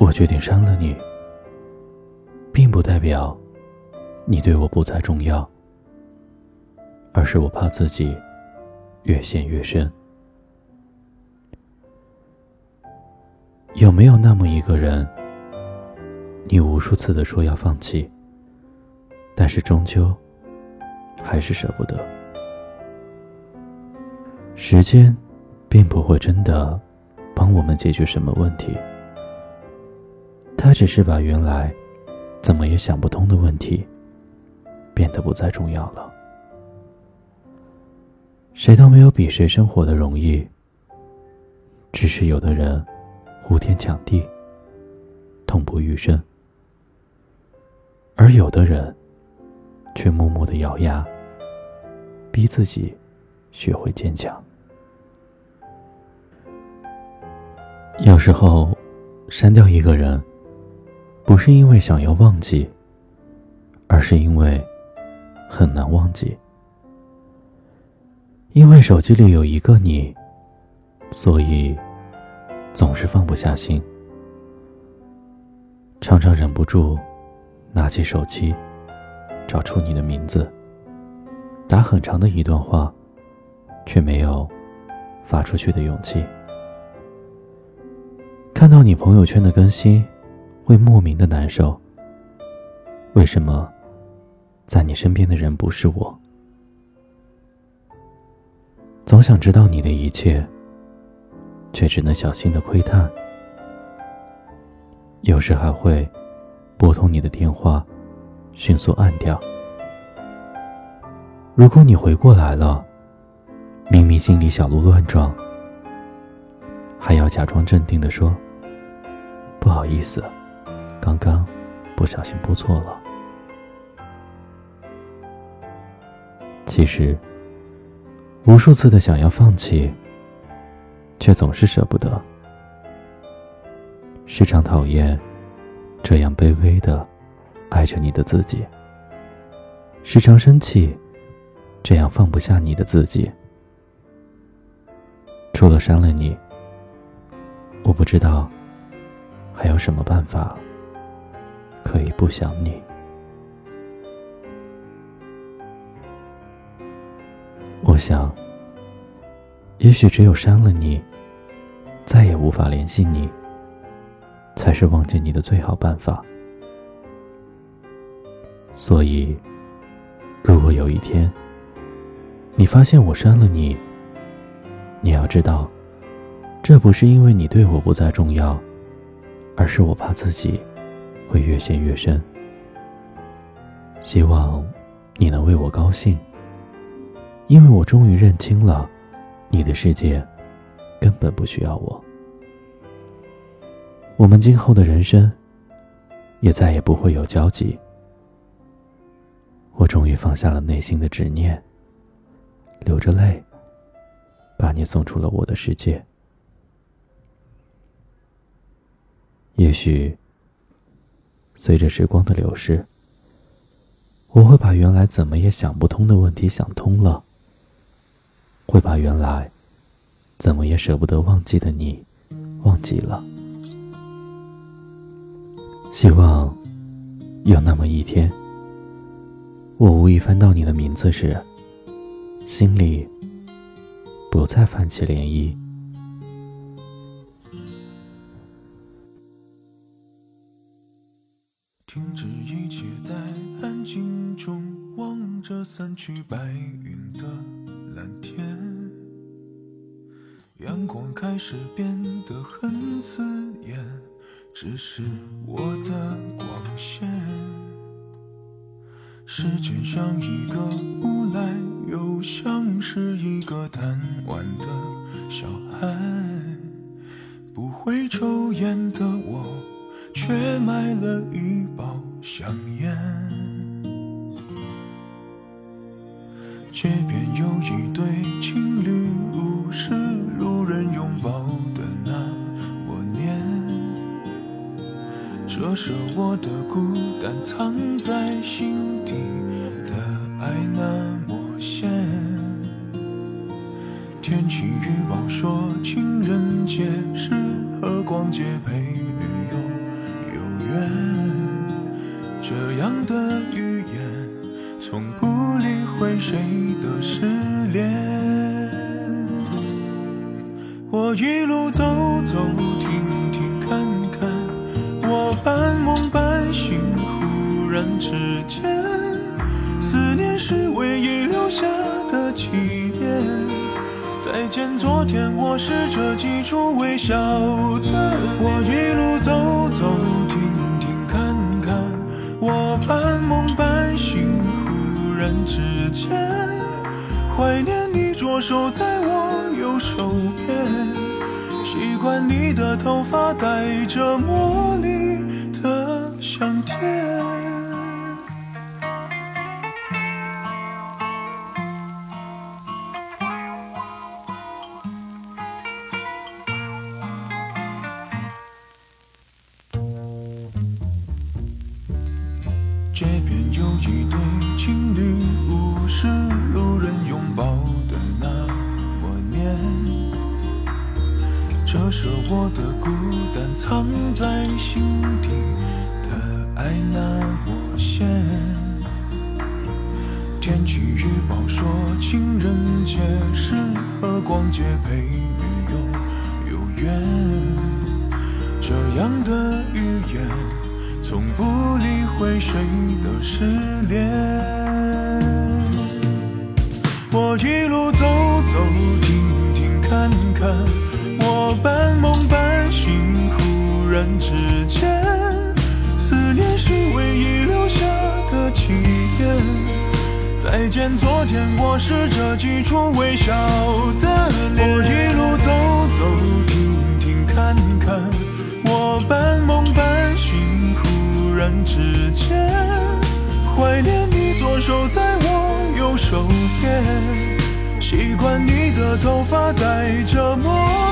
我决定删了你，并不代表你对我不再重要，而是我怕自己越陷越深。有没有那么一个人，你无数次地说要放弃，但是终究还是舍不得？时间并不会真的帮我们解决什么问题，它只是把原来怎么也想不通的问题变得不再重要了。谁都没有比谁生活的容易，只是有的人呼天抢地，痛不欲生，而有的人却默默地咬牙，逼自己学会坚强。有时候删掉一个人，不是因为想要忘记，而是因为很难忘记。因为手机里有一个你，所以总是放不下心，常常忍不住拿起手机，找出你的名字，打很长的一段话，却没有发出去的勇气。看到你朋友圈的更新，会莫名的难受。为什么在你身边的人不是我？总想知道你的一切，却只能小心的窥探。有时还会拨通你的电话，迅速按掉。如果你回过来了，明明心里小鹿乱撞，还要假装镇定地说，不好意思，刚刚不小心拨错了。其实无数次的想要放弃，却总是舍不得。时常讨厌这样卑微的爱着你的自己，时常生气这样放不下你的自己。除了删了你，我不知道还有什么办法可以不想你。我想，也许只有删了你，再也无法联系你，才是忘记你的最好办法。所以，如果有一天你发现我删了你，你要知道，这不是因为你对我不再重要，而是我怕自己会越陷越深。希望你能为我高兴，因为我终于认清了，你的世界根本不需要我。我们今后的人生也再也不会有交集。我终于放下了内心的执念，流着泪把你送出了我的世界。也许随着时光的流逝，我会把原来怎么也想不通的问题想通了，会把原来怎么也舍不得忘记的你忘记了。希望有那么一天，我无意翻到你的名字时，心里不再泛起涟漪。 停止一切，在安静中望着散去白云的蓝天，阳光开始变得很刺眼，只是我的光线。时间像一个无赖，又像是一个贪玩的小孩，不会抽烟的我却买了一包香烟。街边有一对情侣，物是路人拥抱的那么黏，折射我的孤单藏在心底的爱那么咸。天气预报说情人节适合逛街陪女友远。这样的语言从不理会谁的失恋。我一路走走停停看看，我半梦半醒，忽然之间，思念是唯一留下的纪念。再见昨天，我试着记住微笑的脸。我一路走走停停看看，我半梦半醒，忽然之间，怀念你左手在我右手边，习惯你的头发带着茉莉的香甜。街边有一对情侣，无视路人拥抱的那么黏。这是我的孤单，藏在心底的爱那么咸。天气预报说情人节适合逛街陪女友有约，这样的语言从不理会谁的失恋。我一路走走停停看看，我半梦半醒，忽然之间，思念是唯一留下的纪念。再见昨天，我试着记住微笑的脸。我一路走走停停看看，我半梦半醒，忽然之间，怀念你左手在我右手边，习惯你的头发带着墨